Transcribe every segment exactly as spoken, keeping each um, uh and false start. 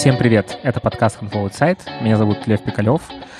Всем привет! Это подкаст Handful Outside. Меня зовут Лев Пикалев.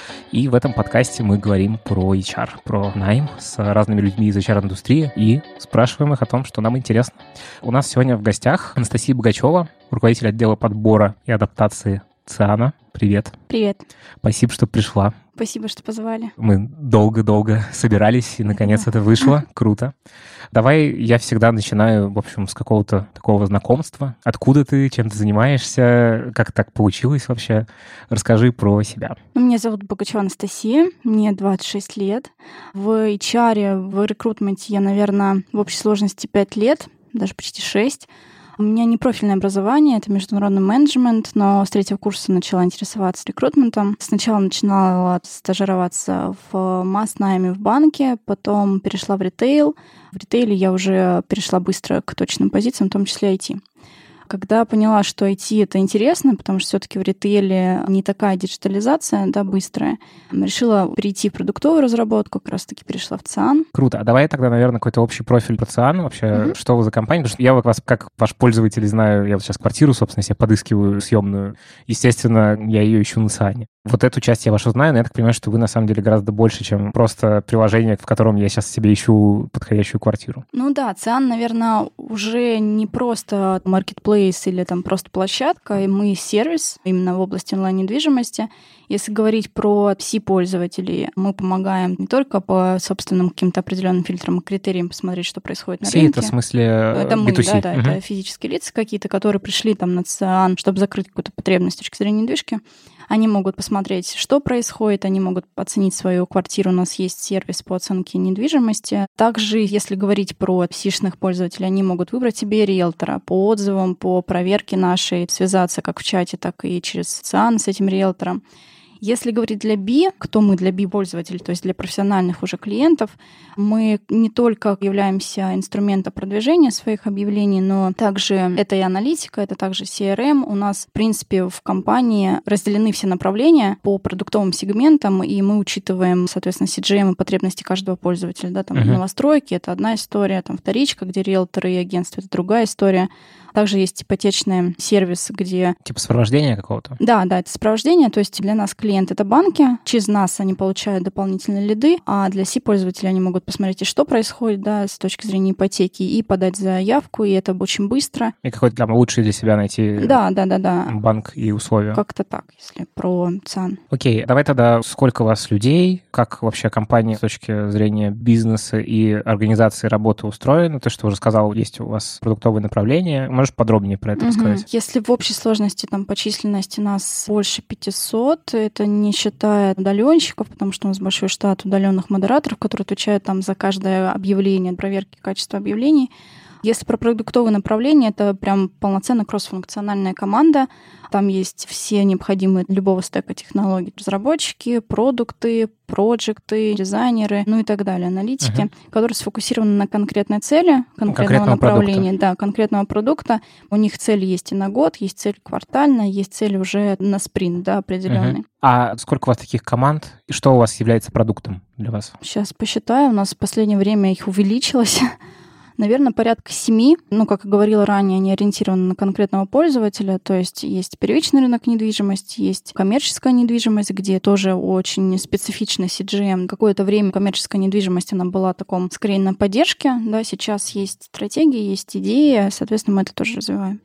И в этом подкасте мы говорим про эйч ар, про найм с разными людьми из эйч ар-индустрии и спрашиваем их о том, что нам интересно. У нас сегодня в гостях Анастасия Богачева, руководитель отдела подбора и адаптации ЦИАНа. Привет. Привет. Спасибо, что пришла. Спасибо, что позвали. Мы долго-долго собирались, и наконец да. это вышло. Круто. Давай я всегда начинаю, в общем, с какого-то такого знакомства. Откуда ты, чем ты занимаешься, как так получилось вообще? Расскажи про себя. Меня зовут Богачева Анастасия, мне двадцать шесть лет. В эйч ар, в рекрутменте я, наверное, в общей сложности пять лет, даже почти шесть. У меня не профильное образование, это международный менеджмент, но с третьего курса начала интересоваться рекрутментом. Сначала начинала стажироваться в масс-найме в банке, потом перешла в ритейл. В ритейле я уже перешла быстро к точным позициям, в том числе ай ти. Когда поняла, что ай ти — это интересно, потому что все-таки в ритейле не такая диджитализация, да, быстрая, решила перейти в продуктовую разработку, как раз-таки перешла в ЦИАН. Круто. А давай тогда, наверное, какой-то общий профиль по ЦИАН вообще. Mm-hmm. Что вы за компания? Потому что я вас, как ваш пользователь, знаю, я вот сейчас квартиру, собственно, себе подыскиваю съемную. Естественно, я ее ищу на ЦИАНе. Вот эту часть я вашу знаю, но я так понимаю, что вы на самом деле гораздо больше, чем просто приложение, в котором я сейчас себе ищу подходящую квартиру. Ну да, ЦИАН, наверное, уже не просто маркетплейс или там просто площадка, и мы сервис именно в области онлайн-недвижимости. Если говорить про си-пользователей, мы помогаем не только по собственным каким-то определенным фильтрам и критериям посмотреть, что происходит на си рынке. Это в смысле это мы, би ту си? Да, да, угу. Это физические лица какие-то, которые пришли там на ЦИАН, чтобы закрыть какую-то потребность с точки зрения недвижки. Они могут посмотреть, что происходит, они могут оценить свою квартиру. У нас есть сервис по оценке недвижимости. Также, если говорить про си-шных пользователей, они могут выбрать себе риэлтора по отзывам, по проверке нашей, связаться как в чате, так и через ЦИАН с этим риэлтором. Если говорить для би, кто мы для би-пользователей, то есть для профессиональных уже клиентов, мы не только являемся инструментом продвижения своих объявлений, но также это и аналитика, это также си ар эм. У нас, в принципе, в компании разделены все направления по продуктовым сегментам, и мы учитываем, соответственно, си джи эм и потребности каждого пользователя. Да, там uh-huh. новостройки — это одна история, там вторичка, где риэлторы и агентства — это другая история. Также есть ипотечный сервис, где... Типа сопровождения какого-то? Да, да, это сопровождение. То есть для нас клиент — это банки. Через нас они получают дополнительные лиды, а для си-пользователей они могут посмотреть, что происходит, да, с точки зрения ипотеки, и подать заявку, и это очень быстро. И какой-то там лучший для себя найти да, да, да, да. банк и условия. Как-то так, если про ЦИАН. Окей, давай тогда, сколько у вас людей, как вообще компания с точки зрения бизнеса и организации работы устроена? То, что уже сказал, есть у вас продуктовые направления. Можешь подробнее про это рассказать? Угу. Если в общей сложности там по численности нас больше пятисот, это не считая удаленщиков, потому что у нас большой штат удаленных модераторов, которые отвечают там за каждое объявление, проверки качества объявлений. Если про продуктовые направления, это прям полноценная кроссфункциональная команда. Там есть все необходимые для любого стека технологий: разработчики, продукты, проекты, дизайнеры, ну и так далее, аналитики, uh-huh. которые сфокусированы на конкретной цели, конкретного, конкретного направления, продукта. да, конкретного продукта. У них цель есть и на год, есть цель квартальная, есть цель уже на спринт, да, определенный. Uh-huh. А сколько у вас таких команд и что у вас является продуктом для вас? Сейчас посчитаю, у нас в последнее время их увеличилось. Наверное, порядка семи. Ну, как я говорила ранее, они ориентированы на конкретного пользователя. То есть есть первичный рынок недвижимости, есть коммерческая недвижимость, где тоже очень специфичный си джи эм. Какое-то время коммерческая недвижимость, она была таком, скорее, на поддержке. Да, сейчас есть стратегии, есть идеи, соответственно, мы это тоже развиваем.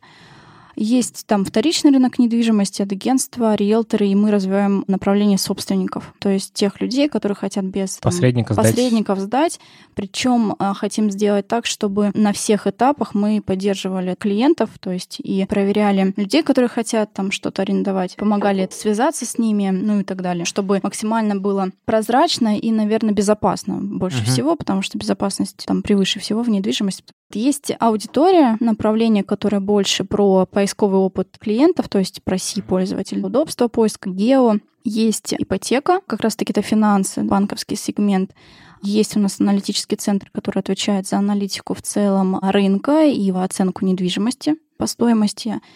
Есть там вторичный рынок недвижимости, это агентства, риэлторы, и мы развиваем направление собственников, то есть тех людей, которые хотят без там, посредников, посредников сдать. сдать. Причем хотим сделать так, чтобы на всех этапах мы поддерживали клиентов, то есть и проверяли людей, которые хотят там что-то арендовать, помогали связаться с ними, ну и так далее, чтобы максимально было прозрачно и, наверное, безопасно больше uh-huh. всего, потому что безопасность там превыше всего в недвижимости. Есть аудитория, направление, которое больше про поисковый опыт клиентов, то есть про си-пользователя, удобство поиска, гео. Есть ипотека, как раз-таки это финансы, банковский сегмент. Есть у нас аналитический центр, который отвечает за аналитику в целом рынка и оценку недвижимости по стоимости.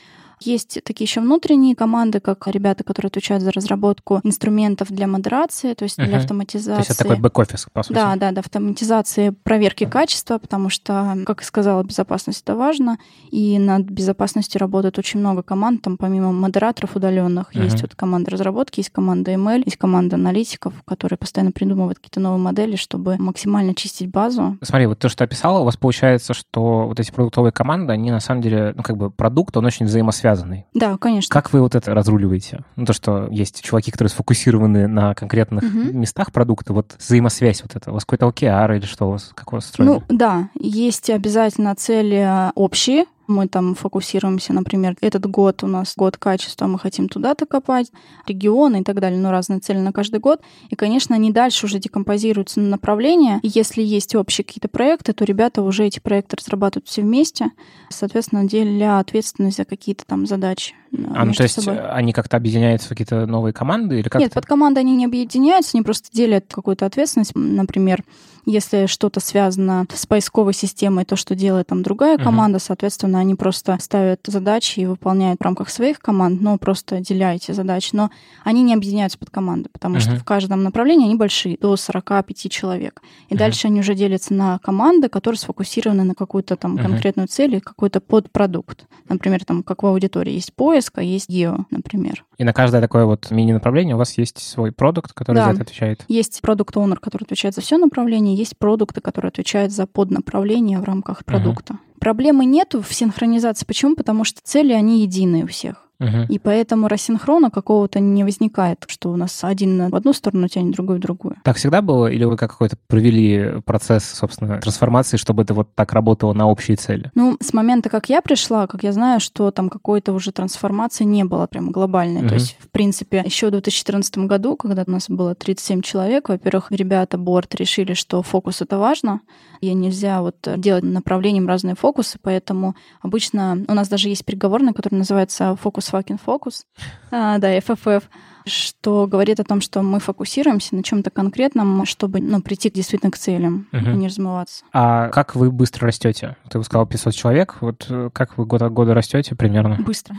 Есть такие еще внутренние команды, как ребята, которые отвечают за разработку инструментов для модерации, то есть uh-huh. для автоматизации. То есть это такой бэк-офис, по сути. Да, да, да, автоматизации проверки качества, потому что, как я сказала, безопасность — это важно, и над безопасностью работает очень много команд, там помимо модераторов удаленных uh-huh. есть вот команда разработки, есть команда эм эл, есть команда аналитиков, которые постоянно придумывают какие-то новые модели, чтобы максимально чистить базу. Смотри, вот то, что ты описала, у вас получается, что вот эти продуктовые команды, они на самом деле, ну как бы продукт, он очень взаимосвязанный. Да, конечно. Как вы вот это разруливаете? Ну то, что есть чуваки, которые сфокусированы на конкретных uh-huh. местах продукта, вот взаимосвязь вот эта, у вас какой-то о ке ар или что у вас, как у вас устроено? Ну да, есть обязательно цели общие. Мы там фокусируемся, например, этот год у нас год качества, мы хотим туда-то копать, регионы и так далее, ну, разные цели на каждый год. И, конечно, они дальше уже декомпозируются на направления. И если есть общие какие-то проекты, то ребята уже эти проекты разрабатывают все вместе, соответственно, делят ответственность за какие-то там задачи. А, ну, то есть собой. Они как-то объединяются в какие-то новые команды? Или как-то? Нет, под команды они не объединяются, они просто делят какую-то ответственность. Например, если что-то связано с поисковой системой, то, что делает там другая команда, uh-huh. соответственно, они просто ставят задачи и выполняют в рамках своих команд, но просто деля эти задачи. Но они не объединяются под команды, потому uh-huh. что в каждом направлении они большие, до сорок пять человек. И uh-huh. дальше они уже делятся на команды, которые сфокусированы на какую-то там uh-huh. конкретную цель, какой-то подпродукт. Например, там, как в аудитории есть поиск, а есть гео, например. И на каждое такое вот мини-направление у вас есть свой продукт, который да. за это отвечает? Есть продукт-оунер, который отвечает за все направление, есть продукты, которые отвечают за поднаправление в рамках продукта. Uh-huh. Проблемы нету в синхронизации. Почему? Потому что цели, они единые у всех. Uh-huh. И поэтому рассинхрона какого-то не возникает, что у нас один в одну сторону тянет, другой в другую. Так всегда было? Или вы как какой-то провели процесс, собственно, трансформации, чтобы это вот так работало на общие цели? Ну, с момента, как я пришла, как я знаю, что там какой-то уже трансформации не было прям глобальной. Uh-huh. То есть, в принципе, еще в две тысячи четырнадцатом году, когда у нас было тридцать семь человек, во-первых, ребята, борд, решили, что фокус — это важно, и нельзя вот делать направлением разные фокусы, поэтому обычно у нас даже есть переговорный, который называется «Фокус fucking фокус», а, да, эф эф эф, что говорит о том, что мы фокусируемся на чем-то конкретном, чтобы, ну, прийти действительно к целям, uh-huh. и не размываться. А как вы быстро растете? Ты сказал пятьсот человек, вот как вы год от года растете примерно? Быстро.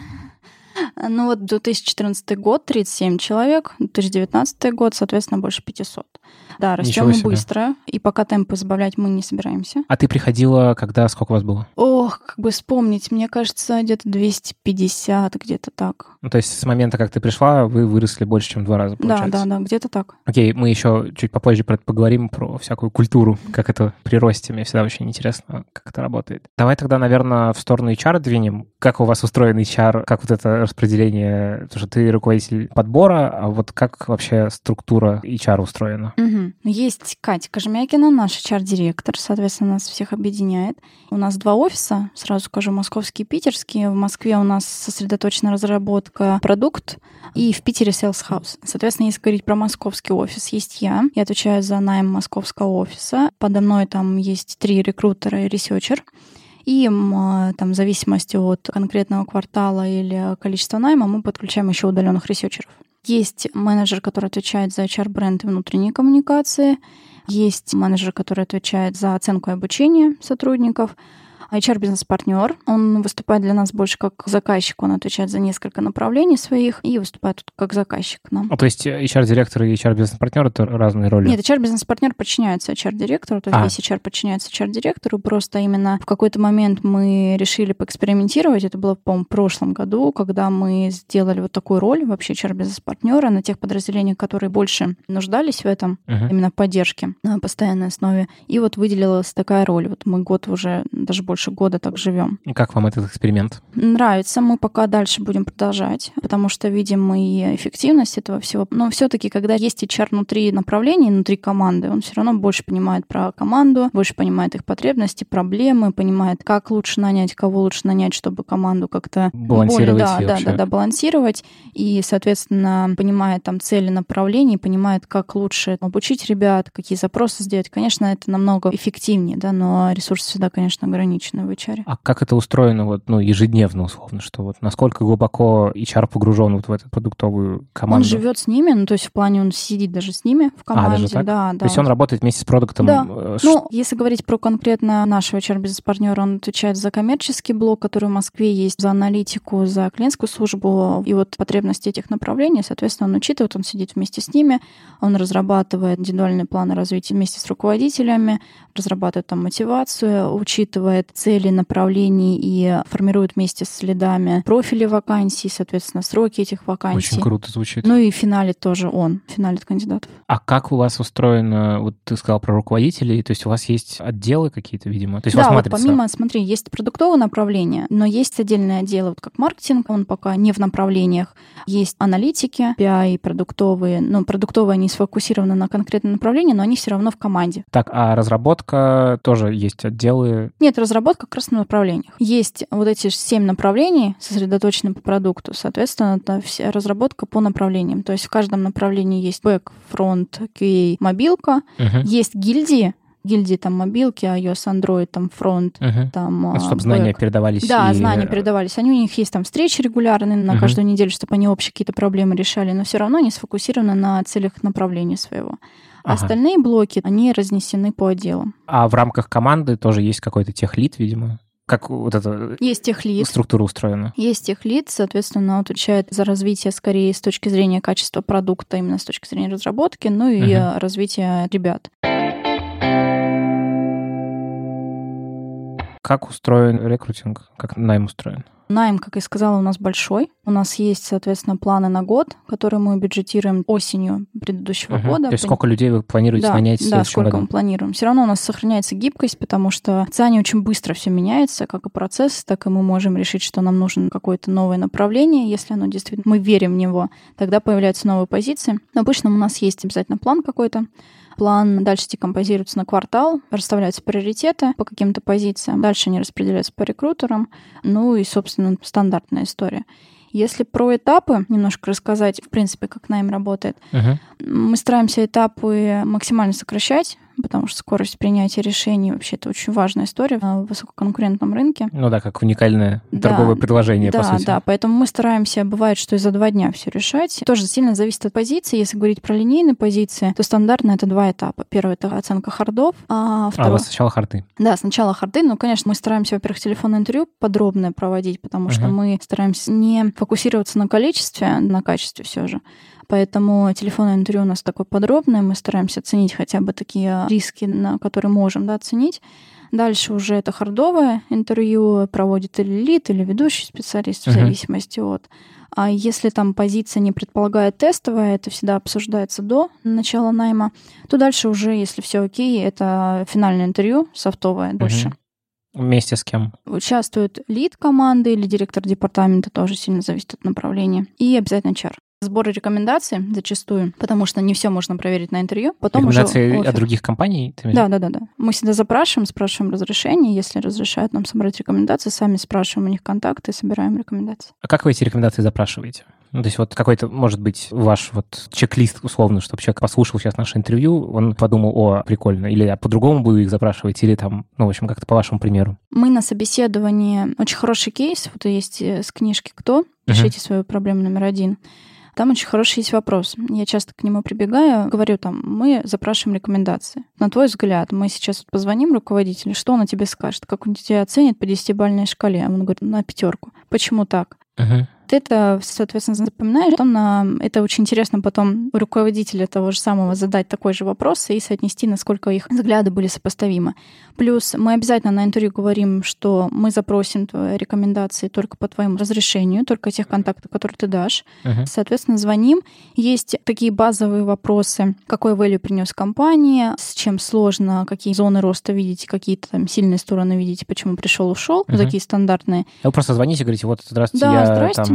Ну вот две тысячи четырнадцатый год, тридцать семь человек, две тысячи девятнадцатый год, соответственно, больше пятьсот. Да, растем мы быстро, и пока темпы сбавлять мы не собираемся. А ты приходила, когда, сколько у вас было? Ох, как бы вспомнить, мне кажется, где-то двести пятьдесят, где-то так. Ну, то есть с момента, как ты пришла, вы выросли больше, чем в два раза, получается? Да, да, да, где-то так. Окей, мы еще чуть попозже про это поговорим, про всякую культуру, как это при росте. Мне всегда очень интересно, как это работает. Давай тогда, наверное, в сторону эйч ар двинем. Как у вас устроен эйч ар, как вот это распределение, потому что ты руководитель подбора, а вот как вообще структура эйч ар устроена? Угу. Есть Катя Кожемякина, наш эйч ар-директор, соответственно, нас всех объединяет. У нас два офиса, сразу скажу, московский и питерский. В Москве у нас сосредоточена разработка продукт, и в Питере Sales House. Соответственно, если говорить про московский офис, есть я. Я отвечаю за найм московского офиса. Подо мной там есть три рекрутера и ресерчер. И там, в зависимости от конкретного квартала или количества найма, мы подключаем еще удаленных ресерчеров. Есть менеджер, который отвечает за эйч ар-бренд и внутренние коммуникации. Есть менеджер, который отвечает за оценку и обучение сотрудников. эйч ар-бизнес-партнер. Он выступает для нас больше как заказчик. Он отвечает за несколько направлений своих и выступает тут как заказчик к нам. А, то есть эйч ар-директор и эйч ар-бизнес-партнер — это разные роли? Нет, эйч ар-бизнес-партнер подчиняется эйч ар-директору, то есть а. весь эйч ар подчиняется эйч ар-директору. Просто именно в какой-то момент мы решили поэкспериментировать. Это было, по-моему, в прошлом году, когда мы сделали вот такую роль вообще эйч ар-бизнес-партнера на тех подразделениях, которые больше нуждались в этом, uh-huh. именно в поддержке на постоянной основе. И вот выделилась такая роль. Вот мы год уже, даже больше года так живем. И как вам этот эксперимент? Нравится. Мы пока дальше будем продолжать, потому что видим мы и эффективность этого всего. Но все-таки, когда есть эйч ар внутри направлений, внутри команды, он все равно больше понимает про команду, больше понимает их потребности, проблемы, понимает, как лучше нанять, кого лучше нанять, чтобы команду как-то балансировать. Более, да, да, да, да, балансировать. И, соответственно, понимает там цели направлений, понимает, как лучше обучить ребят, какие запросы сделать. Конечно, это намного эффективнее, да, но ресурсы всегда, конечно, ограничены. сосредоточены в эйч ар. А как это устроено вот, ну, ежедневно, условно, что вот насколько глубоко эйч ар погружен вот в эту продуктовую команду? Он живет с ними, ну, то есть в плане он сидит даже с ними в команде. А, даже так? Да, то да. есть он работает вместе с продуктом? Да. Э, ну, если говорить про конкретно нашего эйч ар-бизнес-партнера, он отвечает за коммерческий блок, который в Москве есть, за аналитику, за клиентскую службу. И вот потребности этих направлений, соответственно, он учитывает, он сидит вместе с ними, он разрабатывает индивидуальные планы развития вместе с руководителями, разрабатывает там мотивацию, учитывает цели направлений и формирует вместе с лидами профили вакансий, соответственно, сроки этих вакансий. Очень круто звучит. Ну и финалит тоже он, финалит кандидатов. А как у вас устроено, вот ты сказал про руководителей, то есть у вас есть отделы какие-то, видимо? То есть да, у вас вот матрица? помимо, смотри, есть продуктовое направление, но есть отдельные отделы, вот как маркетинг, он пока не в направлениях. Есть аналитики, пи ай, продуктовые, но продуктовые они сфокусированы на конкретном направлении, но они все равно в команде. Так, а разработка тоже есть отделы? Нет, разработка как раз на направлениях. Есть вот эти семь направлений, сосредоточены по продукту, соответственно, это вся разработка по направлениям. То есть в каждом направлении есть бэк, фронт, кью эй, мобилка, Угу. есть гильдии, гильдии там мобилки, iOS, Android, там фронт, Угу. там Ну, чтобы бэк. знания передавались. Да, и... знания передавались. Они, у них есть там встречи регулярные на Мгм. каждую неделю, чтобы они общие какие-то проблемы решали, но все равно они сфокусированы на целях направления своего. А Ага. остальные блоки, они разнесены по отделам. А в рамках команды тоже есть какой-то техлид, видимо? Как вот эта Есть техлид. структура устроена? Есть техлид, соответственно, отвечает за развитие скорее с точки зрения качества продукта, именно с точки зрения разработки, ну и Мгм. развития ребят. Как устроен рекрутинг? Как найм устроен? Найм, как я сказала, у нас большой. У нас есть, соответственно, планы на год, которые мы бюджетируем осенью предыдущего Мгм. года. То есть сколько людей вы планируете Да, нанять в да, следующем сколько году? мы планируем. Все равно у нас сохраняется гибкость, потому что в ЦИАНе очень быстро все меняется, как и процесс, так и мы можем решить, что нам нужно какое-то новое направление. Если оно действительно, мы верим в него, тогда появляются новые позиции. Но обычно у нас есть обязательно план какой-то. План дальше декомпозируется на квартал, расставляются приоритеты по каким-то позициям. Дальше они распределяются по рекрутерам. Ну и, собственно, стандартная история. Если про этапы немножко рассказать, в принципе, как найм работает, Мгм. мы стараемся этапы максимально сокращать, потому что скорость принятия решений вообще это очень важная история в высококонкурентном рынке. Ну да, как уникальное Да, торговое предложение, да, по сути. Да, поэтому мы стараемся, бывает, что и за два дня все решать. Тоже сильно зависит от позиции. Если говорить про линейные позиции, то стандартно это два этапа. Первый — это оценка хардов, а А у второй... вас сначала харды. Да, сначала харды, но, конечно, мы стараемся, во-первых, телефонное интервью подробное проводить, потому что Мгм. мы стараемся не фокусироваться на количестве, а на качестве все же. Поэтому телефонное интервью у нас такое подробное, мы стараемся оценить хотя бы такие риски, на которые можем, да, оценить. Дальше уже это хардовое интервью, проводит или лид, или ведущий специалист, в Мгм. зависимости от. А если там позиция не предполагает тестовое, это всегда обсуждается до начала найма, то дальше уже, если все окей, это финальное интервью, софтовое больше. Мгм. Вместе с кем? Участвует лид команды или директор департамента, тоже сильно зависит от направления. И обязательно эйч ар. Сборы рекомендаций зачастую, потому что не все можно проверить на интервью. Потом Рекомендации уже от оффер. других компаний? ты имеешь? Да, да, да, да. Мы всегда запрашиваем, спрашиваем разрешение. Если разрешают нам собрать рекомендации, сами спрашиваем у них контакты и собираем рекомендации. А как вы эти рекомендации запрашиваете? Ну, то есть вот какой-то, может быть, ваш вот чек-лист условно, чтобы человек послушал сейчас наше интервью, он подумал, о, прикольно, или а по-другому буду их запрашивать, или там, ну, в общем, как-то по вашему примеру. Мы на собеседовании... Очень хороший кейс, вот есть с книжки «Кто?». Решите свою проблему номер один. Там очень хороший есть вопрос. Я часто к нему прибегаю, говорю там, мы запрашиваем рекомендации. На твой взгляд, мы сейчас вот позвоним руководителю, что он о тебе скажет? Как он тебя оценит по десятибалльной шкале? Он говорит, на пятерку. Почему так? Угу. Ты это, соответственно, запоминаешь. Потом на... Это очень интересно потом у руководителя того же самого задать такой же вопрос и соотнести, насколько их взгляды были сопоставимы. Плюс мы обязательно на интервью говорим, что мы запросим твои рекомендации только по твоему разрешению, только тех контактов, которые ты дашь. Угу. Соответственно, звоним. Есть такие базовые вопросы. Какой value принес компании, с чем сложно, какие зоны роста видите, какие-то там сильные стороны видите, почему пришел, ушел. Мгм. Такие стандартные. Вы просто звоните и говорите, вот, здравствуйте, Да, я здрасте, там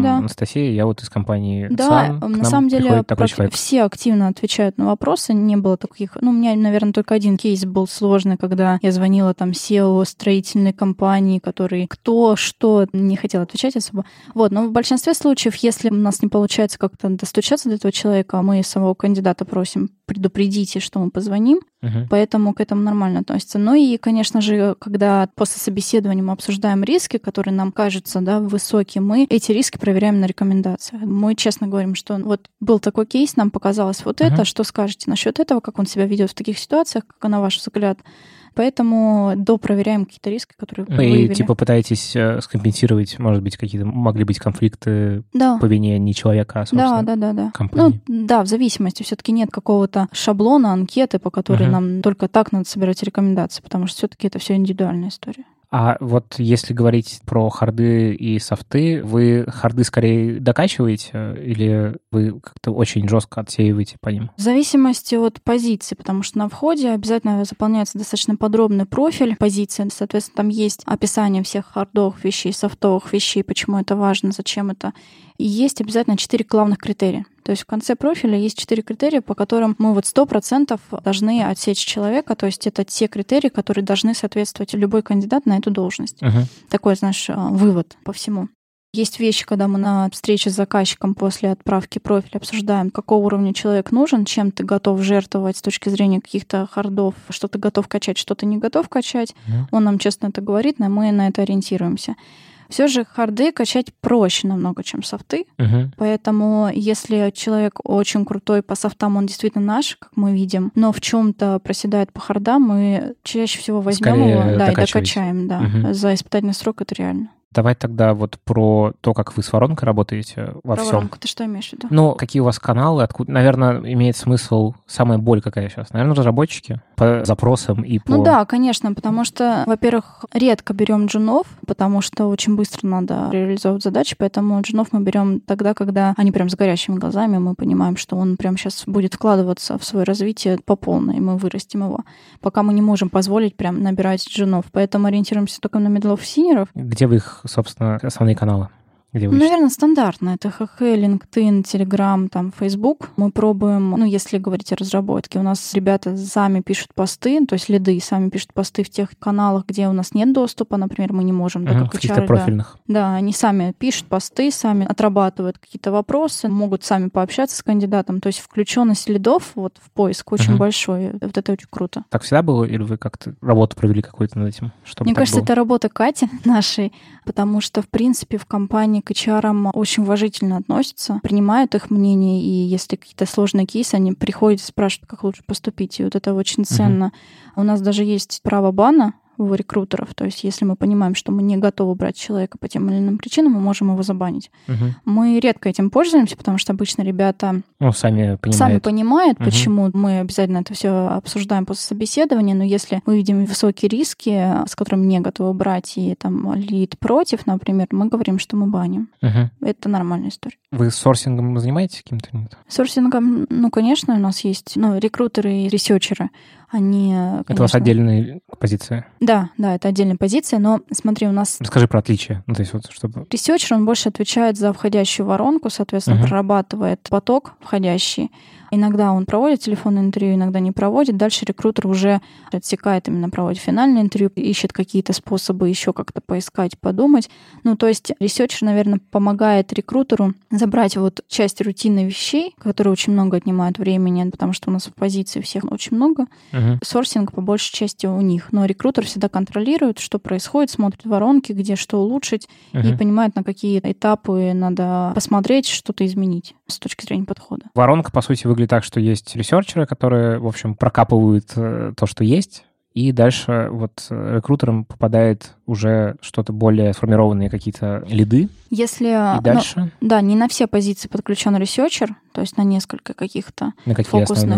Да. Анастасия, я вот из компании Да, ЦИАН, на самом деле такой человек. Все активно отвечают на вопросы, не было таких... Ну, у меня, наверное, только один кейс был сложный, когда я звонила там си и о строительной компании, который кто, что, не хотел отвечать особо. Вот, но в большинстве случаев, если у нас не получается как-то достучаться до этого человека, мы самого кандидата просим, предупредите, что мы позвоним, uh-huh. поэтому к этому нормально относятся. Ну и, конечно же, когда после собеседования мы обсуждаем риски, которые нам кажутся, да, высокие, мы эти риски проверяем на рекомендациях. Мы честно говорим, что вот был такой кейс, нам показалось вот uh-huh. это, что скажете насчет этого, как он себя ведет в таких ситуациях, как на ваш взгляд. Поэтому допроверяем какие-то риски, которые вы И выявили. типа пытаетесь скомпенсировать, может быть, какие-то могли быть конфликты да. по вине не человека, а, собственно, да, да, да, да. компании. Ну, да, в зависимости. Все-таки нет какого-то шаблона, анкеты, по которой uh-huh. нам только так надо собирать рекомендации, потому что все-таки это все индивидуальная история. А вот если говорить про харды и софты, вы харды скорее докачиваете или вы как-то очень жестко отсеиваете по ним? В зависимости от позиции, потому что на входе обязательно заполняется достаточно подробный профиль позиции. Соответственно, там есть описание всех хардовых вещей, софтовых вещей, почему это важно, зачем это. И есть обязательно четыре главных критерия. То есть в конце профиля есть четыре критерия, по которым мы вот сто процентов должны отсечь человека. То есть это те критерии, которые должны соответствовать любой кандидат на эту должность. Uh-huh. Такой, знаешь, вывод по всему. Есть вещи, когда мы на встрече с заказчиком после отправки профиля обсуждаем, какого уровня человек нужен, чем ты готов жертвовать с точки зрения каких-то хардов, что ты готов качать, что ты не готов качать. Uh-huh. Он нам честно это говорит, но мы на это ориентируемся. Все же харды качать проще намного, чем софты. Uh-huh. Поэтому если человек очень крутой по софтам, он действительно наш, как мы видим, но в чем-то проседает по хардам, мы чаще всего возьмем его да, и докачаем. Да. Uh-huh. За испытательный срок это реально. Давай тогда вот про то, как вы с воронкой работаете во про всем. Воронку, ты что имеешь в виду? Ну, какие у вас каналы, откуда, наверное, имеет смысл, самая боль какая сейчас? Наверное, разработчики по запросам и по... Ну да, конечно, потому что, во-первых, редко берем джунов, потому что очень быстро надо реализовывать задачи, поэтому джунов мы берем тогда, когда они прям с горящими глазами, мы понимаем, что он прям сейчас будет вкладываться в свое развитие по полной, и мы вырастим его. Пока мы не можем позволить прям набирать джунов, поэтому ориентируемся только на мидлов и синеров. Где вы их, собственно, основные каналы? Где вы Наверное, стандартно. Это эйч эйч, LinkedIn, Telegram, там, Facebook. Мы пробуем, ну, если говорить о разработке, у нас ребята сами пишут посты, то есть лиды сами пишут посты в тех каналах, где у нас нет доступа, например, мы не можем. Uh-huh, да, каких-то профильных. Да. да, они сами пишут посты, сами отрабатывают какие-то вопросы, могут сами пообщаться с кандидатом. То есть включенность лидов вот в поиск очень uh-huh. большой. Вот это очень круто. Так всегда было? Или вы как-то работу провели какую-то над этим? Чтобы Мне кажется, было? это работа Кати нашей, потому что, в принципе, в компании к эйч ар очень уважительно относятся, принимают их мнение, и если какие-то сложные кейсы, они приходят и спрашивают, как лучше поступить, и вот это очень ценно. Uh-huh. У нас даже есть право бана у рекрутеров, то есть если мы понимаем, что мы не готовы брать человека по тем или иным причинам, мы можем его забанить. Uh-huh. Мы редко этим пользуемся, потому что обычно ребята ну, сами понимают, сами понимают uh-huh. почему. Мы обязательно это все обсуждаем после собеседования, но если мы видим высокие риски, с которыми не готовы брать, и там лид против, например, мы говорим, что мы баним. Uh-huh. Это нормальная история. Вы сорсингом занимаетесь каким-то? Нет? Сорсингом, ну, конечно, у нас есть ну, рекрутеры и ресерчеры. Они, конечно... Это у вас отдельная позиция? Да, да, это отдельная позиция, но смотри, у нас... Расскажи про отличия. Ну, то есть вот, чтобы... Ресерчер, он больше отвечает за входящую воронку, соответственно, uh-huh. прорабатывает поток входящий. Иногда он проводит телефонное интервью, иногда не проводит. Дальше рекрутер уже отсекает, именно проводит финальное интервью, ищет какие-то способы еще как-то поискать, подумать. Ну, то есть ресерчер, наверное, помогает рекрутеру забрать вот часть рутинных вещей, которые очень много отнимают времени, потому что у нас в позиции всех очень много. Uh-huh. Сорсинг по большей части у них. Но рекрутер всегда контролирует, что происходит, смотрит воронки, где что улучшить, uh-huh. и понимает, на какие этапы надо посмотреть, что-то изменить с точки зрения подхода. Воронка, по сути, выглядит так, что есть ресерчеры, которые, в общем, прокапывают то, что есть, и дальше вот рекрутерам попадает уже что-то более сформированные какие-то лиды. Если, и дальше? Ну, да, не на все позиции подключен ресерчер, то есть на несколько каких-то на какие фокусных. Основные?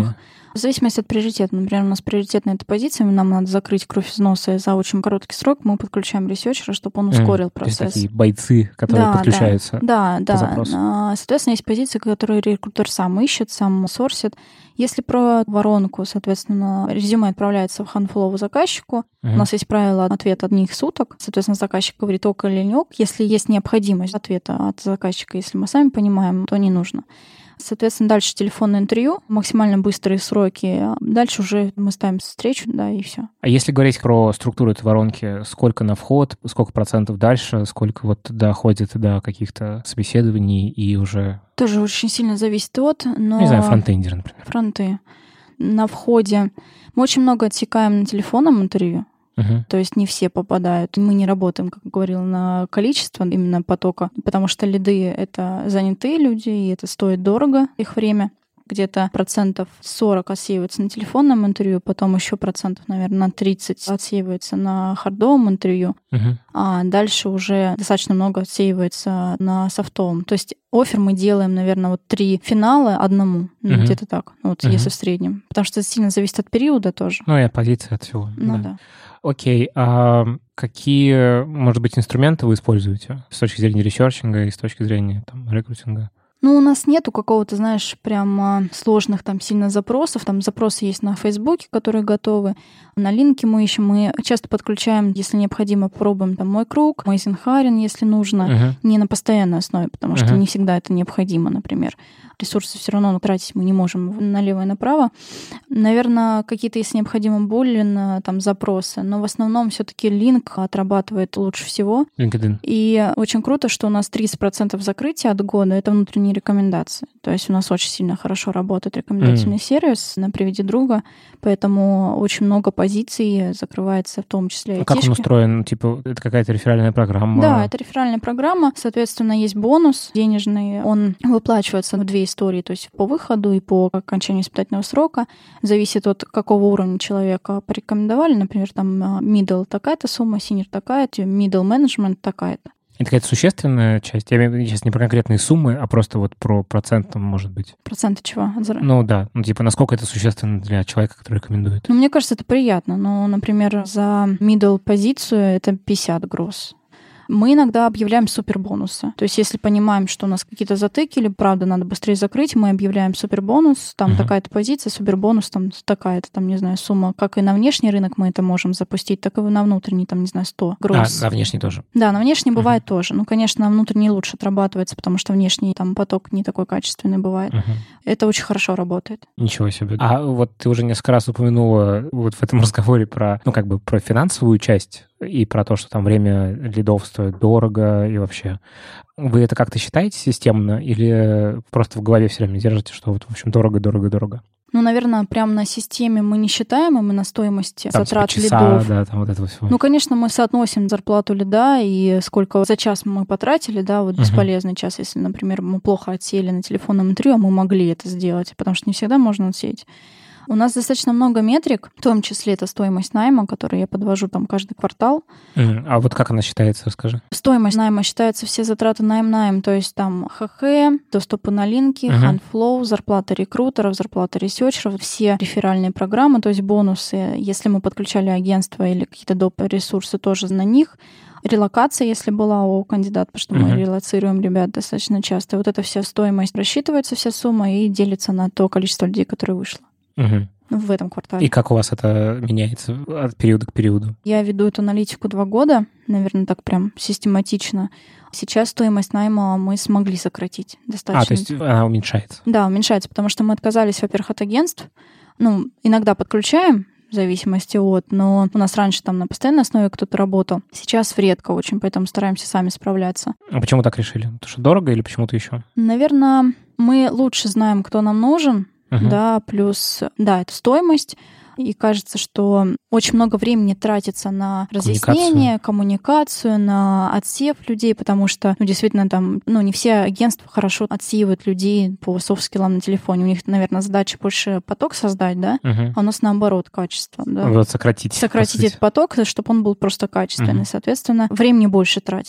В зависимости от приоритета. Например, у нас приоритетная эта позиция, нам надо закрыть кровь из носа за очень короткий срок, мы подключаем ресерчера, чтобы он ускорил mm, процесс. То есть такие бойцы, которые да, подключаются да, по да, запросу. Да. Соответственно, есть позиции, которые рекрутер сам ищет, сам сорсит. Если про воронку, соответственно, резюме отправляется в handflow заказчику, mm-hmm. у нас есть правило ответа одних суток, соответственно, заказчик говорит ок или не ок. Если есть необходимость ответа от заказчика, если мы сами понимаем, то не нужно. Соответственно, дальше телефонное интервью, максимально быстрые сроки. Дальше уже мы ставим встречу, да, и все. А если говорить про структуру этой воронки, сколько на вход, сколько процентов дальше, сколько вот доходит до каких-то собеседований и уже... Тоже очень сильно зависит от, но... Не знаю, фронтендер, например. Фронты. На входе мы очень много отсекаем на телефонном интервью. Uh-huh. То есть не все попадают. Мы не работаем, как говорил, на количество именно потока, потому что лиды — это занятые люди, и это стоит дорого, их время. Где-то процентов сорок отсеивается на телефонном интервью, потом еще процентов, наверное, на тридцать отсеивается на хардовом интервью, uh-huh. а дальше уже достаточно много отсеивается на софтовом. То есть оффер мы делаем, наверное, вот три финала одному, ну, uh-huh. где-то так, вот uh-huh. если в среднем. Потому что это сильно зависит от периода тоже. Ну и от позиции, от всего. Ну да. да. Окей, а какие, может быть, инструменты вы используете с точки зрения ресерчинга и с точки зрения там, рекрутинга? Ну, у нас нету какого-то, знаешь, прям сложных там сильно запросов. Там запросы есть на Фейсбуке, которые готовы. На линке мы ищем. Мы часто подключаем, если необходимо, пробуем там «Мой круг», «Amazing Hiring», если нужно. Uh-huh. Не на постоянной основе, потому что uh-huh. не всегда это необходимо, например. Ресурсы все равно тратить мы не можем налево и направо. Наверное, какие-то, если необходимо, буллин, там, запросы. Но в основном все-таки линк отрабатывает лучше всего. LinkedIn. И очень круто, что у нас тридцать процентов закрытия от года — это внутренние рекомендации. То есть у нас очень сильно хорошо работает рекомендательный mm. сервис на «Приведи друга», поэтому очень много позиций закрывается, в том числе айтишки. А как он устроен? Типа, это какая-то реферальная программа? Да, это реферальная программа. Соответственно, есть бонус денежный. Он выплачивается в две истории, то есть по выходу и по окончанию испытательного срока. Зависит от какого уровня человека порекомендовали. Например, там middle такая-то сумма, senior такая-то, middle management такая-то. Это какая-то существенная часть? Я имею в виду сейчас не про конкретные суммы, а просто вот про процент, там, может быть. Проценты чего? Ну да, ну типа насколько это существенно для человека, который рекомендует? Ну, мне кажется, это приятно. Ну, например, за middle позицию это пятьдесят гроз. Мы иногда объявляем супербонусы. То есть если понимаем, что у нас какие-то затыки или, правда, надо быстрее закрыть, мы объявляем супербонус, там uh-huh. такая-то позиция, супербонус, там такая-то, там, не знаю, сумма. Как и на внешний рынок мы это можем запустить, так и на внутренний, там, не знаю, сто гроз. А, на внешний тоже? Да, на внешний uh-huh. бывает тоже. Ну, конечно, на внутренний лучше отрабатывается, потому что внешний там поток не такой качественный бывает. Uh-huh. Это очень хорошо работает. Ничего себе. А вот ты уже несколько раз упомянула вот в этом разговоре про, ну, как бы про финансовую часть и про то, что там время лидов стоит дорого и вообще. Вы это как-то считаете системно или просто в голове все время держите, что вот, в общем, дорого, дорого, дорого? Ну, наверное, прямо на системе мы не считаем, и мы на стоимости там, затрат типа часа, лидов. Да, там вот этого всего. Ну, конечно, мы соотносим зарплату лида и сколько за час мы потратили, да, вот бесполезный uh-huh. час, если, например, мы плохо отсеяли на телефонном интервью, а мы могли это сделать, потому что не всегда можно отсеять. У нас достаточно много метрик, в том числе это стоимость найма, которую я подвожу там каждый квартал. Mm, а вот как она считается, расскажи. Стоимость найма считается все затраты найм-найм, то есть там ХХ, доступы на линки, uh-huh. handflow, зарплата рекрутеров, зарплата ресерчеров, все реферальные программы, то есть бонусы, если мы подключали агентство или какие-то доп. Ресурсы, тоже на них. Релокация, если была у кандидата, потому что uh-huh. мы релоцируем ребят достаточно часто. Вот эта вся стоимость рассчитывается, вся сумма, и делится на то количество людей, которое вышло. Угу. В этом квартале. И как у вас это меняется от периода к периоду? Я веду эту аналитику два года, наверное, так прям систематично. Сейчас стоимость найма мы смогли сократить достаточно. А, то есть она уменьшается? Да, уменьшается, потому что мы отказались, во-первых, от агентств. Ну, иногда подключаем, в зависимости от, но у нас раньше там на постоянной основе кто-то работал. Сейчас редко очень, поэтому стараемся сами справляться. А почему так решили? Потому что дорого или почему-то еще? Наверное, мы лучше знаем, кто нам нужен. Uh-huh. Да, плюс, да, это стоимость. И кажется, что очень много времени тратится на разъяснение, коммуникацию, коммуникацию на отсев людей, потому что, ну, действительно, там, ну, не все агентства хорошо отсеивают людей по софт-скиллам на телефоне. У них, наверное, задача больше поток создать, да, uh-huh. а у нас наоборот качество. Да? Вот сократить. Сократить этот поток, чтобы он был просто качественный. Uh-huh. Соответственно, времени больше тратится.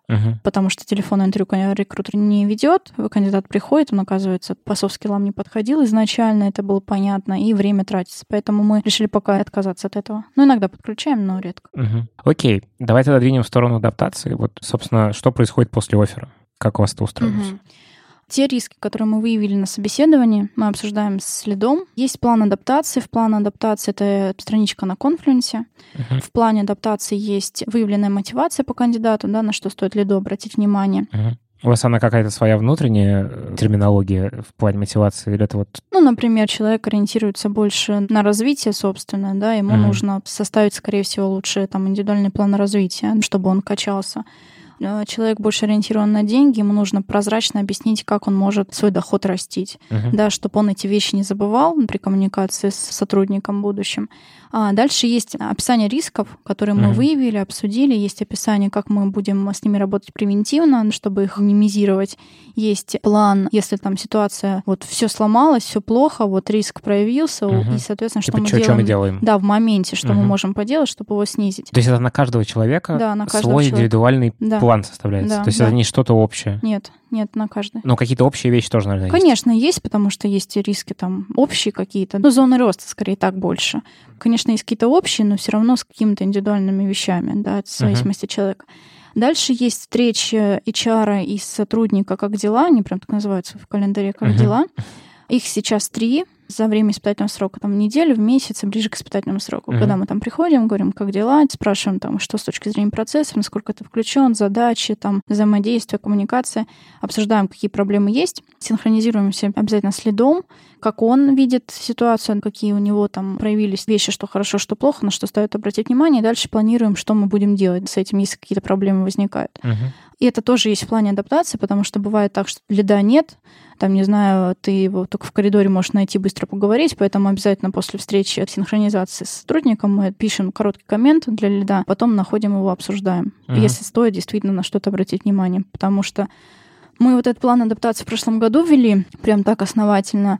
Uh-huh. Потому что телефонное интервью рекрутер не ведет, кандидат приходит, он, оказывается, по софт-скиллам не подходил изначально, это было понятно, и время тратится. Поэтому мы решили пока отказаться от этого. Ну, иногда подключаем, но редко. Uh-huh. Окей, давайте додвинем в сторону адаптации. Вот, собственно, что происходит после оффера? Как у вас это устроилось? Uh-huh. Те риски, которые мы выявили на собеседовании, мы обсуждаем с лидом. Есть план адаптации. В плане адаптации это страничка на Confluence. Uh-huh. В плане адаптации есть выявленная мотивация по кандидату, да, на что стоит лиду обратить внимание. Uh-huh. У вас она какая-то своя внутренняя терминология в плане мотивации? Или это вот... Ну, например, человек ориентируется больше на развитие собственное, да, ему uh-huh. нужно составить, скорее всего, лучше там индивидуальный план развития, чтобы он качался. Человек больше ориентирован на деньги, ему нужно прозрачно объяснить, как он может свой доход растить, uh-huh. да, чтобы он эти вещи не забывал при коммуникации с сотрудником в будущем. А дальше есть описание рисков, которые мы uh-huh. выявили, обсудили, есть описание, как мы будем с ними работать превентивно, чтобы их минимизировать. Есть план, если там ситуация, вот все сломалось, все плохо, вот риск проявился, uh-huh. и, соответственно, типа, что мы что, делаем? Что мы делаем? Да, в моменте, что uh-huh. мы можем поделать, чтобы его снизить. То есть это на каждого человека да, на каждого свой человека. индивидуальный да. план составляется? Да, То есть да. это не что-то общее? Нет, нет, на каждый. Но какие-то общие вещи тоже, наверное, есть? Конечно, есть, потому что есть риски там общие какие-то. Ну, зоны роста, скорее, так больше. Конечно, есть какие-то общие, но все равно с какими-то индивидуальными вещами, да, в зависимости uh-huh. от человека. Дальше есть встречи эйч ар и сотрудника «Как дела?», они прям так называются в календаре «Как uh-huh. дела?». Их сейчас три. За время испытательного срока, там, неделю, в месяц, ближе к испытательному сроку. Uh-huh. Когда мы там приходим, говорим, как дела, спрашиваем, там, что с точки зрения процессов, насколько ты включен, задачи, там, взаимодействие, коммуникация, обсуждаем, какие проблемы есть, синхронизируемся обязательно с лидом, как он видит ситуацию, какие у него там проявились вещи, что хорошо, что плохо, на что стоит обратить внимание, и дальше планируем, что мы будем делать с этим, если какие-то проблемы возникают. Uh-huh. И это тоже есть в плане адаптации, потому что бывает так, что лида нет, там, не знаю, ты его только в коридоре можешь найти, быстро поговорить, поэтому обязательно после встречи синхронизации с сотрудником мы пишем короткий коммент для лида, потом находим его, обсуждаем, uh-huh. если стоит действительно на что-то обратить внимание, потому что мы вот этот план адаптации в прошлом году ввели прям так основательно,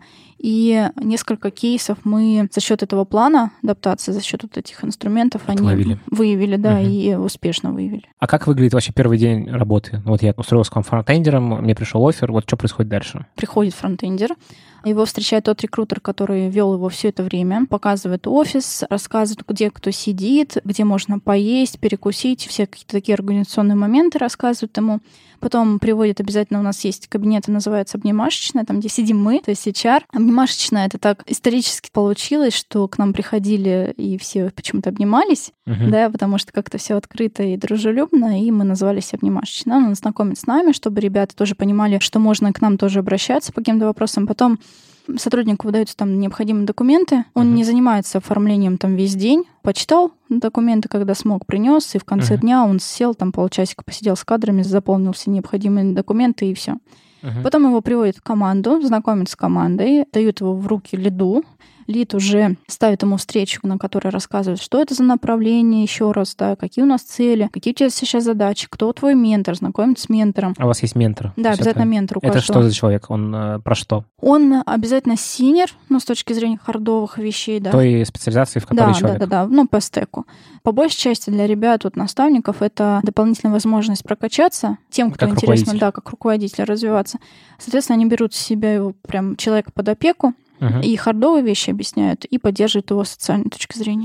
и несколько кейсов мы за счет этого плана адаптации, за счет вот этих инструментов Отловили. они выявили, да, uh-huh. и успешно выявили. А как выглядит вообще первый день работы? Вот я устроился к вам фронтендером, мне пришел оффер, вот что происходит дальше? Приходит фронтендер, его встречает тот рекрутер, который вел его все это время, показывает офис, рассказывает, где кто сидит, где можно поесть, перекусить, все какие-то такие организационные моменты рассказывает ему. Потом приводит обязательно, у нас есть кабинет, называется обнимашечная, там, где сидим мы, то есть эйч ар. Обнимашечная — это так исторически получилось, что к нам приходили и все почему-то обнимались, uh-huh. да, потому что как-то все открыто и дружелюбно, и мы назывались обнимашечной. Он знакомит с нами, чтобы ребята тоже понимали, что можно к нам тоже обращаться по каким-то вопросам. Потом сотруднику выдаются там необходимые документы. Он uh-huh. не занимается оформлением там весь день. Почитал документы, когда смог, принес, и в конце uh-huh. дня он сел, там полчасика посидел с кадрами, заполнил все необходимые документы, и все. Uh-huh. Потом его приводят в команду, знакомят с командой, дают его в руки лиду. Лид уже ставит ему встречу, на которой рассказывает, что это за направление еще раз, да, какие у нас цели, какие у тебя сейчас задачи, кто твой ментор, знакомит с ментором. А у вас есть ментор? Да, обязательно это, ментор у Это каждого. что за человек? Он э, про что? Он обязательно синер, ну, с точки зрения хардовых вещей, да. Той специализации, в которой да, человек. Да, да, да, ну, по стеку. По большей части для ребят, вот, наставников, это дополнительная возможность прокачаться тем, кто как интересно, да, как руководитель развиваться. Соответственно, они берут с себя его прям человека под опеку, uh-huh. и хардовые вещи объясняют, и поддерживают его с социальной точки зрения.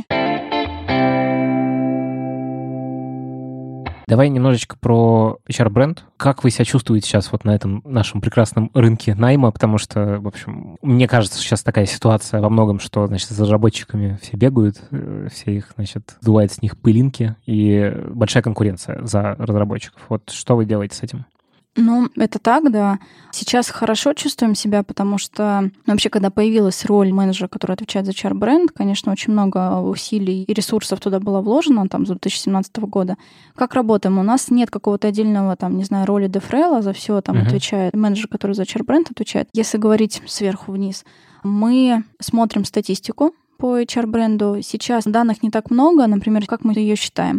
Давай немножечко про эйч ар-бренд. Как вы себя чувствуете сейчас вот на этом нашем прекрасном рынке найма? Потому что, в общем, мне кажется, сейчас такая ситуация во многом, что, значит, за разработчиками все бегают, все их, значит, сдувают с них пылинки, и большая конкуренция за разработчиков. Вот что вы делаете с этим? Ну, это так, да. Сейчас хорошо чувствуем себя, потому что вообще, когда появилась роль менеджера, который отвечает за эйч ар-бренд, конечно, очень много усилий и ресурсов туда было вложено, там, с две тысячи семнадцатого года. Как работаем? У нас нет какого-то отдельного, там, не знаю, роли дефрейла, за все там uh-huh. отвечает менеджер, который за эйч ар-бренд отвечает. Если говорить сверху вниз, мы смотрим статистику по эйч ар-бренду. Сейчас данных не так много, например, как мы ее считаем.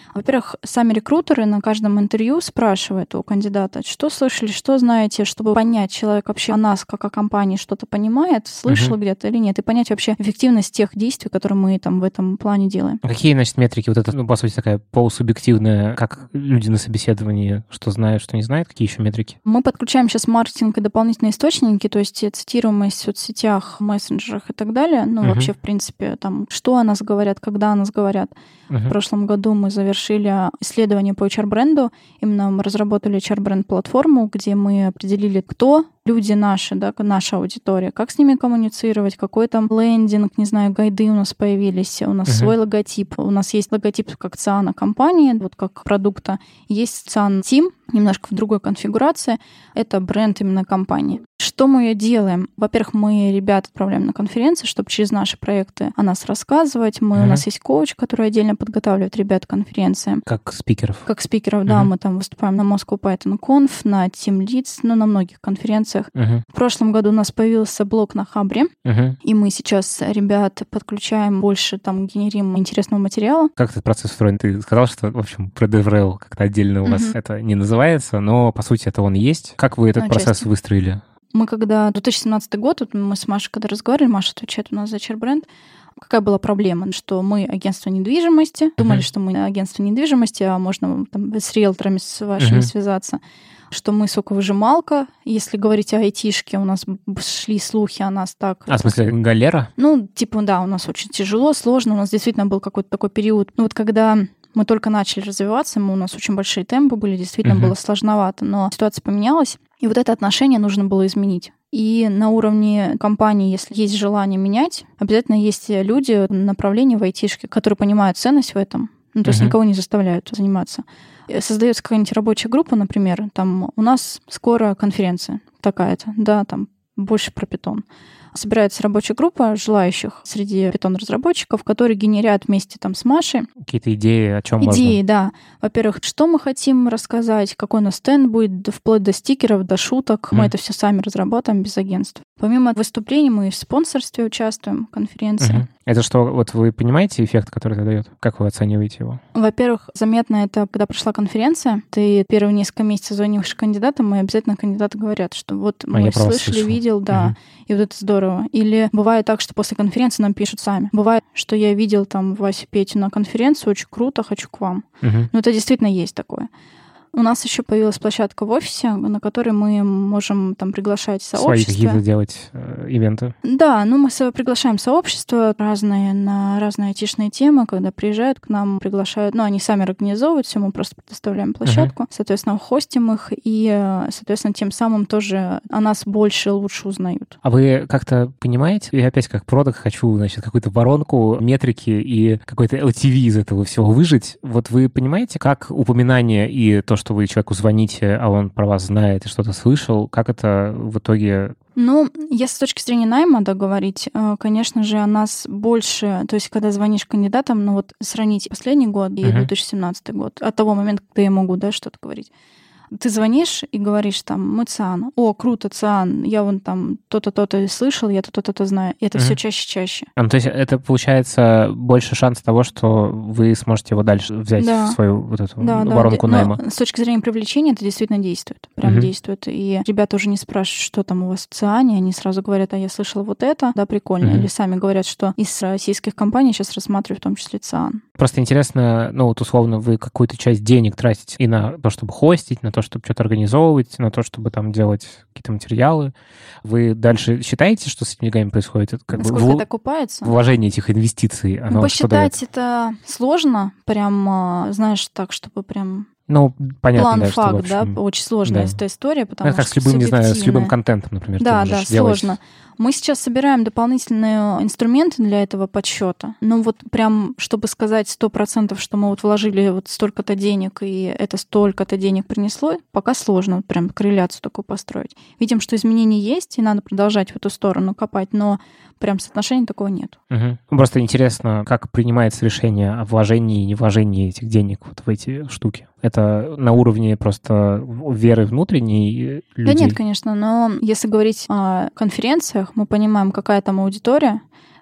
Во-первых, сами рекрутеры на каждом интервью спрашивают у кандидата, что слышали, что знаете, чтобы понять, человек вообще о нас, как о компании, что-то понимает, слышал uh-huh. где-то или нет, и понять вообще эффективность тех действий, которые мы там в этом плане делаем. Какие, значит, метрики? Вот это, ну, по сути, такая полусубъективная, как люди на собеседовании, что знают, что не знают, какие еще метрики? Мы подключаем сейчас маркетинг и дополнительные источники, то есть цитируемость в соцсетях, мессенджерах и так далее. Ну, uh-huh. вообще, в принципе, там, что о нас говорят, когда о нас говорят. Uh-huh. В прошлом году мы завершили исследование по эйч ар-бренду. Именно мы разработали эйч ар-бренд-платформу, где мы определили, кто люди наши, да, наша аудитория, как с ними коммуницировать, какой там лендинг, не знаю, гайды у нас появились, у нас uh-huh. свой логотип. У нас есть логотип как циана компании, вот как продукта. Есть циан Team, немножко в другой конфигурации. Это бренд именно компании. Что мы делаем? Во-первых, мы ребят отправляем на конференции, чтобы через наши проекты о нас рассказывать. Мы, uh-huh. У нас есть коуч, который отдельно подготавливает ребят к конференции. Как спикеров? Как спикеров, uh-huh. да. Мы там выступаем на Moscow Python Conf, на Team Leads, ну, на многих конференциях. Uh-huh. В прошлом году у нас появился блог на Хабре, uh-huh. и мы сейчас ребят подключаем больше, там, генерим интересного материала. Как этот процесс устроен? Ты сказал, что, в общем, про DevRel как-то отдельно у uh-huh. вас это не называется, но, по сути, это он и есть. Как вы этот ну, процесс части. выстроили? Мы когда... две тысячи семнадцатый год, вот мы с Машей когда разговаривали, Маша отвечает у нас за эйч ар-бренд, какая была проблема? Что мы агентство недвижимости, uh-huh. думали, что мы агентство недвижимости, а можно там, с риэлторами с вашими uh-huh. связаться, что мы соковыжималка. Если говорить о айтишке, у нас шли слухи о нас так... А, в смысле, галера? Ну, типа, да, у нас очень тяжело, сложно. У нас действительно был какой-то такой период. Ну, вот когда мы только начали развиваться, мы, у нас очень большие темпы были, действительно uh-huh. было сложновато, но ситуация поменялась, и вот это отношение нужно было изменить. И на уровне компании, если есть желание менять, обязательно есть люди, направления в айтишке, которые понимают ценность в этом. Ну, то есть uh-huh. никого не заставляют заниматься. Создается какая-нибудь рабочая группа, например, там у нас скоро конференция такая-то, да, там больше про питон. Собирается рабочая группа желающих среди питон-разработчиков, которые генерят вместе там с Машей. Какие-то идеи, о чем можно? Идеи, да. Во-первых, что мы хотим рассказать, какой у нас стенд будет, вплоть до стикеров, до шуток. Mm. Мы это все сами разработаем без агентств. Помимо выступлений мы и в спонсорстве участвуем в конференции. Mm-hmm. Это что, вот вы понимаете эффект, который это дает? Как вы оцениваете его? Во-первых, заметно это, когда прошла конференция, ты первые несколько месяцев звонишь кандидатам, и обязательно кандидаты говорят, что вот мы а слышали, видел, да, угу. и вот это здорово. Или бывает так, что после конференции нам пишут сами. Бывает, что я видел там Васю Петю на конференции, очень круто, хочу к вам. Угу. Но это действительно есть такое. У нас еще появилась площадка в офисе, на которой мы можем там приглашать сообщества. Свои какие-то делать э, ивенты. Да, ну мы приглашаем сообщества разные на разные айтишные темы, когда приезжают к нам, приглашают, ну они сами организовывают все, мы просто предоставляем площадку, uh-huh. соответственно, хостим их, и, соответственно, тем самым тоже о нас больше, лучше узнают. А вы как-то понимаете, я опять как продакт хочу, значит, какую-то воронку, метрики и какой-то эл ти ви из этого всего выжить. Вот вы понимаете, как упоминание и то, что вы человеку звоните, а он про вас знает и что-то слышал, как это в итоге... Ну, если с точки зрения найма, да, говорить, конечно же, о нас больше... То есть, когда звонишь кандидатам, ну вот сравнить последний год и uh-huh. две тысячи семнадцатый год, от того момента, когда я могу, да, что-то говорить. Ты звонишь и говоришь там, мы циан. О, круто, циан. Я вон там то-то, то-то слышал, я то-то, то-то знаю. И это mm-hmm. все чаще и чаще. А, ну, то есть это, получается, больше шанс того, что вы сможете его дальше взять да. в свою вот эту да, воронку да. найма. Но с точки зрения привлечения это действительно действует. Прям mm-hmm. действует. И ребята уже не спрашивают, что там у вас в циане. Они сразу говорят, а я слышала вот это. Да, прикольно. Mm-hmm. Или сами говорят, что из российских компаний сейчас рассматривают в том числе циан. Просто интересно, ну вот условно вы какую-то часть денег тратите и на то, чтобы хостить, на то, чтобы что-то организовывать, на то, чтобы там делать какие-то материалы. Вы дальше считаете, что с этими деньгами происходит? Это как Насколько бы это окупается? Вложение этих инвестиций. Оно ну, посчитать это сложно, прям, знаешь, так, чтобы прям... Ну, понятно, План да, факт, что, общем, да, очень сложная да. эта история, потому это как что с любым, не знаю, с любым контентом, например. Да, да, сложно. Мы сейчас собираем дополнительные инструменты для этого подсчета. Ну вот прям, чтобы сказать сто процентов, что мы вот вложили вот столько-то денег, и это столько-то денег принесло, пока сложно вот прям корреляцию такую построить. Видим, что изменения есть, и надо продолжать в эту сторону копать, но прям соотношения такого нет. Угу. Просто интересно, как принимается решение о вложении и невложении этих денег вот в эти штуки. Это на уровне просто веры внутренней людей? Да нет, конечно, но если говорить о конференциях, мы понимаем, какая там аудитория,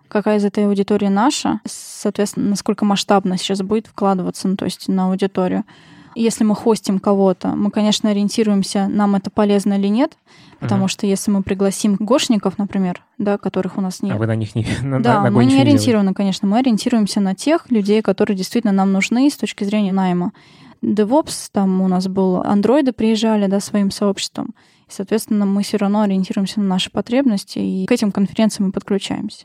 какая из этой аудитории наша, соответственно, насколько масштабно сейчас будет вкладываться, ну, то есть на аудиторию. Если мы хостим кого-то, мы, конечно, ориентируемся, нам это полезно или нет, потому uh-huh. что если мы пригласим гошников, например, да, которых у нас нет. А вы на них не на, Да, на мы не ориентированы, делаете. Конечно, мы ориентируемся на тех людей, которые действительно нам нужны с точки зрения найма. DevOps, там у нас был андроиды приезжали, да, своим сообществом. И, соответственно, мы все равно ориентируемся на наши потребности, и к этим конференциям мы подключаемся.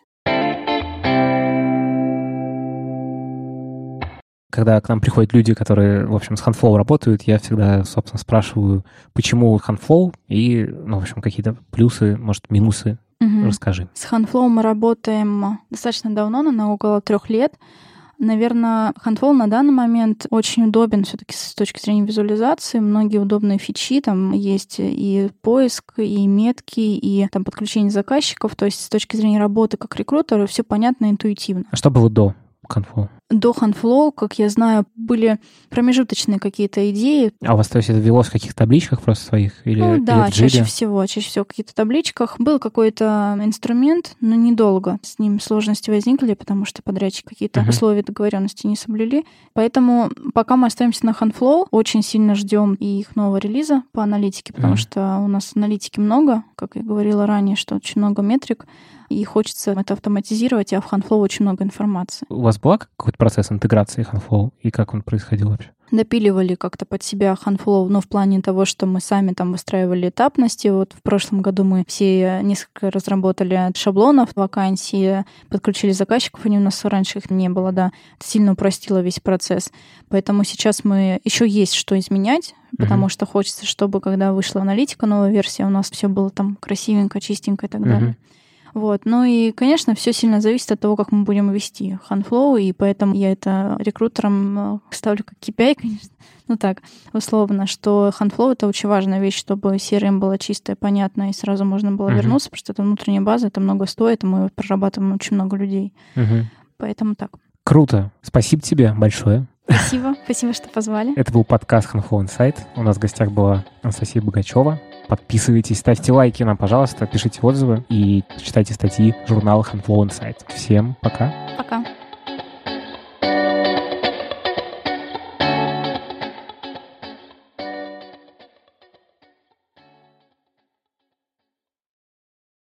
Когда к нам приходят люди, которые, в общем, с HandFlow работают, я всегда, собственно, спрашиваю, почему HandFlow и, ну, в общем, какие-то плюсы, может, минусы. Угу. Расскажи. С HandFlow мы работаем достаточно давно, на около трех лет. Наверное, HandFlow на данный момент очень удобен все-таки с точки зрения визуализации. Многие удобные фичи, там есть и поиск, и метки, и там подключение заказчиков. То есть с точки зрения работы как рекрутера все понятно, интуитивно. А что было до HandFlow? До HandFlow, как я знаю, были промежуточные какие-то идеи. А у вас, то есть, это велось в каких-то табличках просто своих? Или, ну, да, или в джире? чаще всего. Чаще всего в каких-то табличках. Был какой-то инструмент, но недолго. С ним сложности возникли, потому что подрядчики какие-то uh-huh. условия договоренности не соблюли. Поэтому пока мы остаемся на HandFlow, очень сильно ждем и их нового релиза по аналитике, потому uh-huh. что у нас аналитики много, как я говорила ранее, что очень много метрик, и хочется это автоматизировать, а в HandFlow очень много информации. У вас был какой-то процесс интеграции HandFlow, и как он происходил вообще? Допиливали как-то под себя HandFlow, но в плане того, что мы сами там выстраивали этапности. Вот в прошлом году мы все несколько разработали шаблонов вакансии, подключили заказчиков, они у нас раньше их не было, да. Это сильно упростило весь процесс. Поэтому сейчас мы еще есть что изменять, потому uh-huh. что хочется, чтобы когда вышла аналитика, новая версия, у нас все было там красивенько, чистенько и так uh-huh. далее. Вот. Ну и, конечно, все сильно зависит от того, как мы будем вести HandFlow, и поэтому я это рекрутерам ставлю как кей пи ай, конечно. Ну так, условно, что HandFlow — это очень важная вещь, чтобы си эр эм была чистая, понятная, и сразу можно было uh-huh. вернуться, потому что это внутренняя база, это много стоит, и мы прорабатываем очень много людей. Uh-huh. Поэтому так. Круто. Спасибо тебе большое. Спасибо. Спасибо, что позвали. Это был подкаст HandFlow Insight. У нас в гостях была Анастасия Богачева. Подписывайтесь, ставьте лайки нам, пожалуйста, пишите отзывы и читайте статьи журнала HandFlow Insight. Всем пока!